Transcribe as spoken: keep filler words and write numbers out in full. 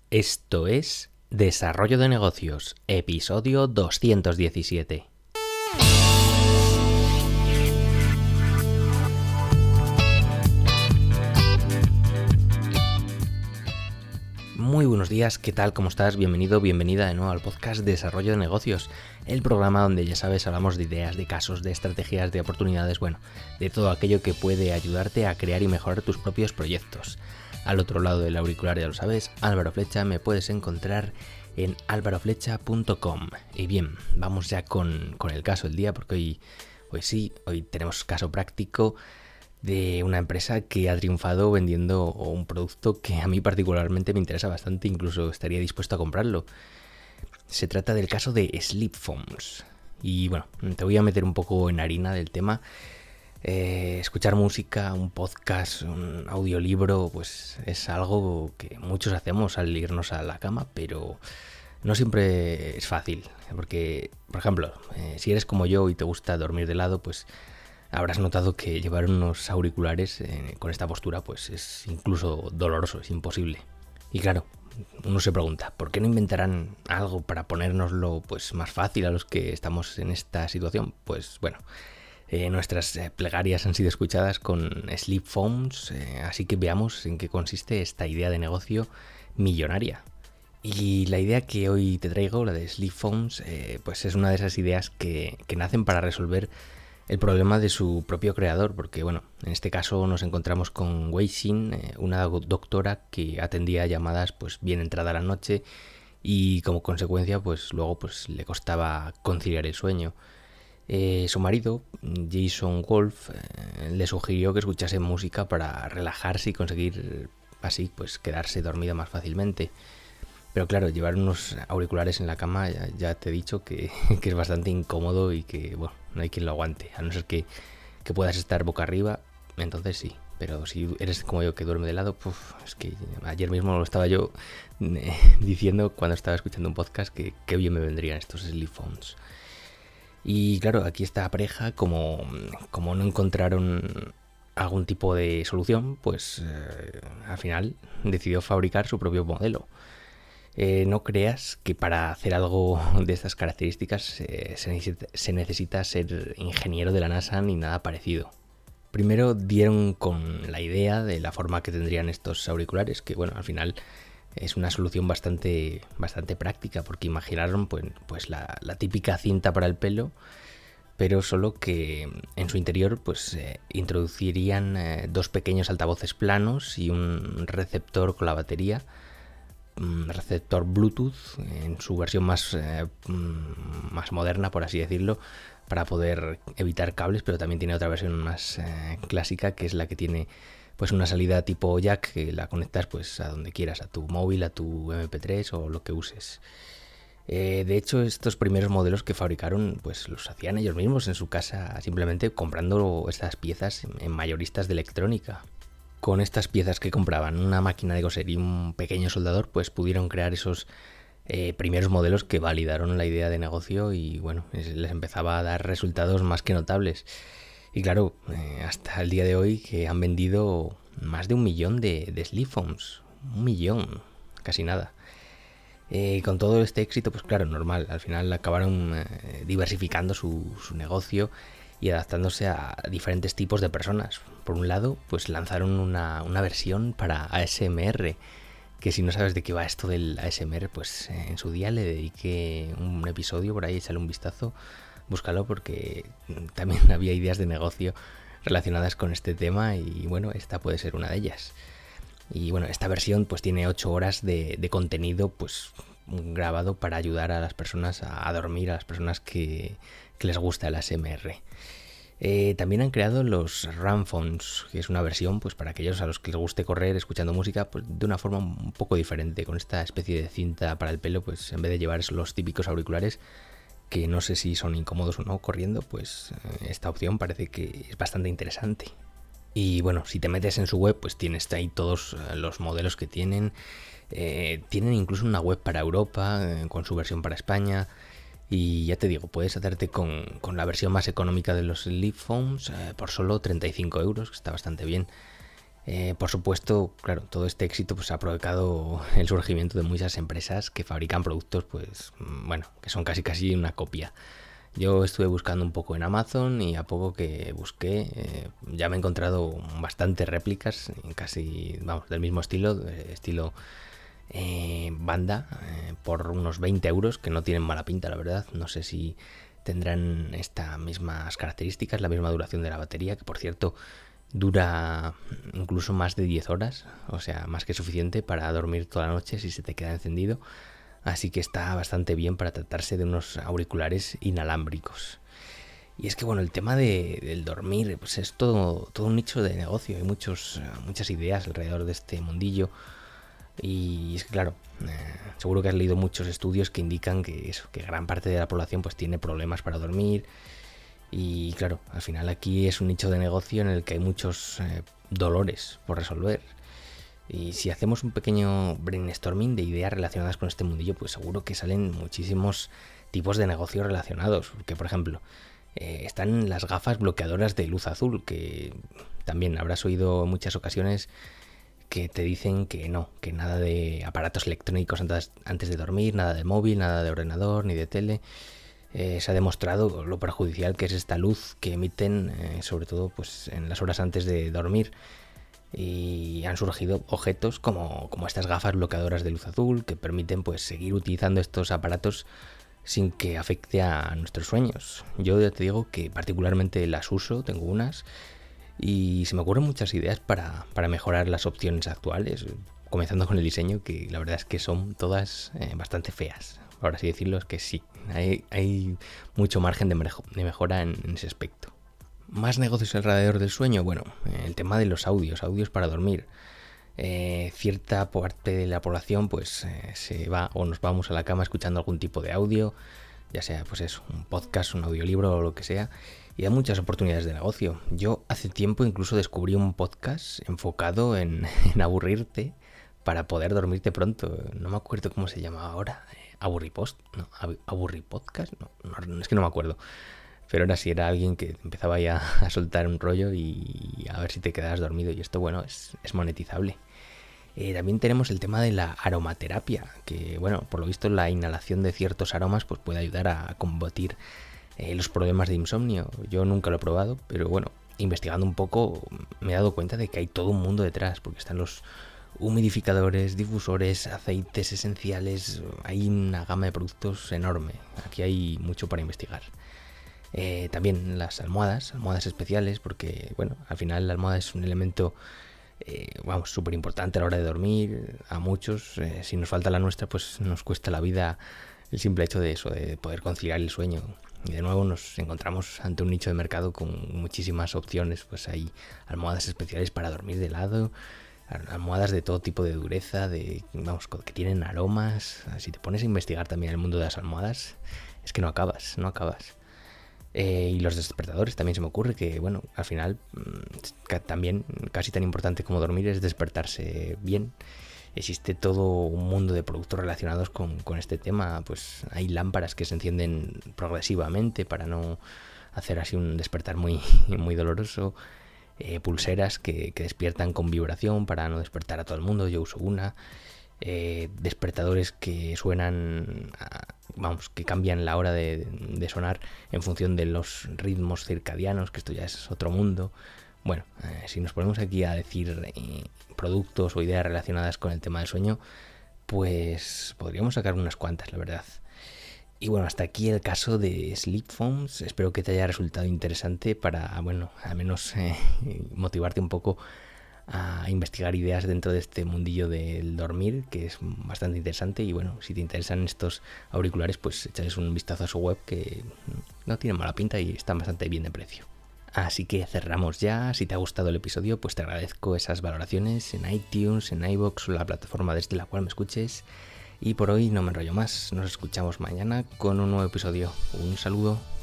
Esto es Desarrollo de Negocios, episodio doscientos diecisiete. Muy buenos días, ¿qué tal? ¿Cómo estás? Bienvenido, bienvenida de nuevo al podcast Desarrollo de Negocios, el programa donde, ya sabes, hablamos de ideas, de casos, de estrategias, de oportunidades, bueno, de todo aquello que puede ayudarte a crear y mejorar tus propios proyectos. Al otro lado del auricular, ya lo sabes, Álvaro Flecha, me puedes encontrar en álvaro flecha punto com. Y bien, vamos ya con, con el caso del día, porque hoy, hoy sí, hoy tenemos caso práctico de una empresa que ha triunfado vendiendo un producto que a mí particularmente me interesa bastante, incluso estaría dispuesto a comprarlo. Se trata del caso de Sleep Phones. Y bueno, te voy a meter un poco en harina del tema. Eh, escuchar música, un podcast, un audiolibro, pues es algo que muchos hacemos al irnos a la cama, pero no siempre es fácil, porque, por ejemplo, eh, si eres como yo y te gusta dormir de lado, pues habrás notado que llevar unos auriculares eh, con esta postura pues es incluso doloroso, es imposible. Y claro, uno se pregunta, ¿por qué no inventarán algo para ponérnoslo pues más fácil a los que estamos en esta situación? Pues bueno, Eh, nuestras eh, plegarias han sido escuchadas con Sleep Phones, eh, así que veamos en qué consiste esta idea de negocio millonaria. Y la idea que hoy te traigo, la de Sleep Phones, eh, pues es una de esas ideas que, que nacen para resolver el problema de su propio creador, porque bueno, en este caso nos encontramos con Wei Xin, eh, una doctora que atendía llamadas pues bien entrada la noche y como consecuencia pues luego pues le costaba conciliar el sueño. Eh, su marido, Jason Wolf, eh, le sugirió que escuchase música para relajarse y conseguir así pues quedarse dormida más fácilmente. Pero claro, llevar unos auriculares en la cama ya, ya te he dicho que, que es bastante incómodo y que bueno, no hay quien lo aguante, a no ser que, que puedas estar boca arriba, entonces sí. Pero si eres como yo que duerme de lado, puf, es que ayer mismo lo estaba yo eh, diciendo cuando estaba escuchando un podcast que, que bien me vendrían estos Sleep Phones. Y claro, aquí esta pareja, como, como no encontraron algún tipo de solución, pues eh, al final decidió fabricar su propio modelo. Eh, no creas que para hacer algo de estas características eh, se, necesita, se necesita ser ingeniero de la NASA ni nada parecido. Primero dieron con la idea de la forma que tendrían estos auriculares, que bueno, al final es una solución bastante, bastante práctica, porque imaginaron pues, pues la, la típica cinta para el pelo, pero solo que en su interior pues eh, introducirían eh, dos pequeños altavoces planos y un receptor con la batería, un receptor Bluetooth en su versión más, eh, más moderna, por así decirlo, para poder evitar cables, pero también tiene otra versión más eh, clásica, que es la que tiene pues una salida tipo jack que la conectas pues a donde quieras, a tu móvil, a tu eme pe tres o lo que uses. Eh, de hecho, estos primeros modelos que fabricaron pues los hacían ellos mismos en su casa, simplemente comprando estas piezas en mayoristas de electrónica. Con estas piezas que compraban, una máquina de coser y un pequeño soldador, pues pudieron crear esos eh, primeros modelos que validaron la idea de negocio y bueno, les empezaba a dar resultados más que notables. Y claro, eh, hasta el día de hoy que han vendido más de un millón de, de Sleep Phones. Un millón, casi nada. Eh, con todo este éxito, pues claro, normal. Al final acabaron eh, diversificando su, su negocio y adaptándose a diferentes tipos de personas. Por un lado, pues lanzaron una, una versión para A S M R, que si no sabes de qué va esto del A S M R, pues eh, en su día le dediqué un episodio, por ahí échale un vistazo. Búscalo porque también había ideas de negocio relacionadas con este tema y bueno, esta puede ser una de ellas. Y bueno, esta versión pues tiene ocho horas de, de contenido pues grabado para ayudar a las personas a, a dormir, a las personas que, que les gusta el A S M R. Eh, también han creado los Run Phones, que es una versión pues para aquellos a los que les guste correr escuchando música pues, de una forma un poco diferente, con esta especie de cinta para el pelo, pues en vez de llevar los típicos auriculares, que no sé si son incómodos o no corriendo, pues esta opción parece que es bastante interesante. Y bueno, si te metes en su web, pues tienes ahí todos los modelos que tienen. Eh, tienen incluso una web para Europa, eh, con su versión para España. Y ya te digo, puedes hacerte con, con la versión más económica de los Sleep Phones eh, por solo treinta y cinco euros, que está bastante bien. Eh, por supuesto, claro, todo este éxito pues ha provocado el surgimiento de muchas empresas que fabrican productos, pues, bueno, que son casi casi una copia. Yo estuve buscando un poco en Amazon y a poco que busqué eh, ya me he encontrado bastantes réplicas, casi, vamos, del mismo estilo, estilo eh, banda, eh, por unos veinte euros, que no tienen mala pinta, la verdad. No sé si tendrán estas mismas características, la misma duración de la batería, que por cierto dura incluso más de diez horas, o sea, más que suficiente para dormir toda la noche si se te queda encendido. Así que está bastante bien para tratarse de unos auriculares inalámbricos. Y es que bueno, el tema de, del dormir pues es todo, todo un nicho de negocio. Hay muchos, muchas ideas alrededor de este mundillo. Y es que claro, eh, seguro que has leído muchos estudios que indican que eso, que gran parte de la población pues tiene problemas para dormir. Y claro, al final aquí es un nicho de negocio en el que hay muchos eh, dolores por resolver. Y si hacemos un pequeño brainstorming de ideas relacionadas con este mundillo, pues seguro que salen muchísimos tipos de negocios relacionados. Que por ejemplo, eh, están las gafas bloqueadoras de luz azul, que también habrás oído en muchas ocasiones que te dicen que no, que nada de aparatos electrónicos antes, antes de dormir, nada de móvil, nada de ordenador, ni de tele. Eh, se ha demostrado lo perjudicial que es esta luz que emiten, eh, sobre todo pues en las horas antes de dormir. Y han surgido objetos como, como estas gafas bloqueadoras de luz azul que permiten pues seguir utilizando estos aparatos sin que afecte a nuestros sueños. Yo ya te digo que particularmente las uso, tengo unas, y se me ocurren muchas ideas para, para mejorar las opciones actuales, comenzando con el diseño, que la verdad es que son todas eh, bastante feas. Por así decirlo, es que sí, hay, hay mucho margen de, mejo- de mejora en, en ese aspecto. Más negocios alrededor del sueño, bueno, el tema de los audios, audios para dormir. Eh, cierta parte de la población pues eh, se va o nos vamos a la cama escuchando algún tipo de audio, ya sea pues eso, un podcast, un audiolibro o lo que sea, y hay muchas oportunidades de negocio. Yo hace tiempo incluso descubrí un podcast enfocado en, en aburrirte para poder dormirte pronto. No me acuerdo cómo se llama ahora, eh, Aburripost, no, Aburripodcast, no, no, es que no me acuerdo. Pero ahora sí era alguien que empezaba ya a soltar un rollo y a ver si te quedabas dormido. Y esto, bueno, es, es monetizable. Eh, también tenemos el tema de la aromaterapia, que, bueno, por lo visto la inhalación de ciertos aromas pues puede ayudar a combatir eh, los problemas de insomnio. Yo nunca lo he probado, pero bueno, investigando un poco me he dado cuenta de que hay todo un mundo detrás, porque están los humidificadores, difusores, aceites esenciales, hay una gama de productos enorme. Aquí hay mucho para investigar. Eh, también las almohadas, almohadas especiales, porque bueno, al final la almohada es un elemento eh, vamos, súper importante a la hora de dormir. A muchos, eh, si nos falta la nuestra, pues nos cuesta la vida el simple hecho de eso, de poder conciliar el sueño. Y de nuevo nos encontramos ante un nicho de mercado con muchísimas opciones. Pues hay almohadas especiales para dormir de lado, almohadas de todo tipo de dureza, de vamos, que tienen aromas. Si te pones a investigar también el mundo de las almohadas, es que no acabas, no acabas. Eh, y los despertadores también se me ocurre que, bueno, al final mmm, también casi tan importante como dormir es despertarse bien. Existe todo un mundo de productos relacionados con, con este tema. Pues hay lámparas que se encienden progresivamente para no hacer así un despertar muy, muy doloroso. Eh, pulseras que, que despiertan con vibración para no despertar a todo el mundo. Yo uso una. Eh, despertadores que suenan, a, vamos, que cambian la hora de, de sonar en función de los ritmos circadianos, que esto ya es otro mundo. Bueno, eh, si nos ponemos aquí a decir eh, productos o ideas relacionadas con el tema del sueño, pues podríamos sacar unas cuantas, la verdad. Y bueno, hasta aquí el caso de Sleep Phones. Espero que te haya resultado interesante para, bueno, al menos eh, motivarte un poco a investigar ideas dentro de este mundillo del dormir, que es bastante interesante. Y bueno, si te interesan estos auriculares, pues échales un vistazo a su web, que no tiene mala pinta y están bastante bien de precio. Así que cerramos ya. Si te ha gustado el episodio, pues te agradezco esas valoraciones en iTunes, en iVoox o la plataforma desde la cual me escuches. Y por hoy no me enrollo más. Nos escuchamos mañana con un nuevo episodio. Un saludo.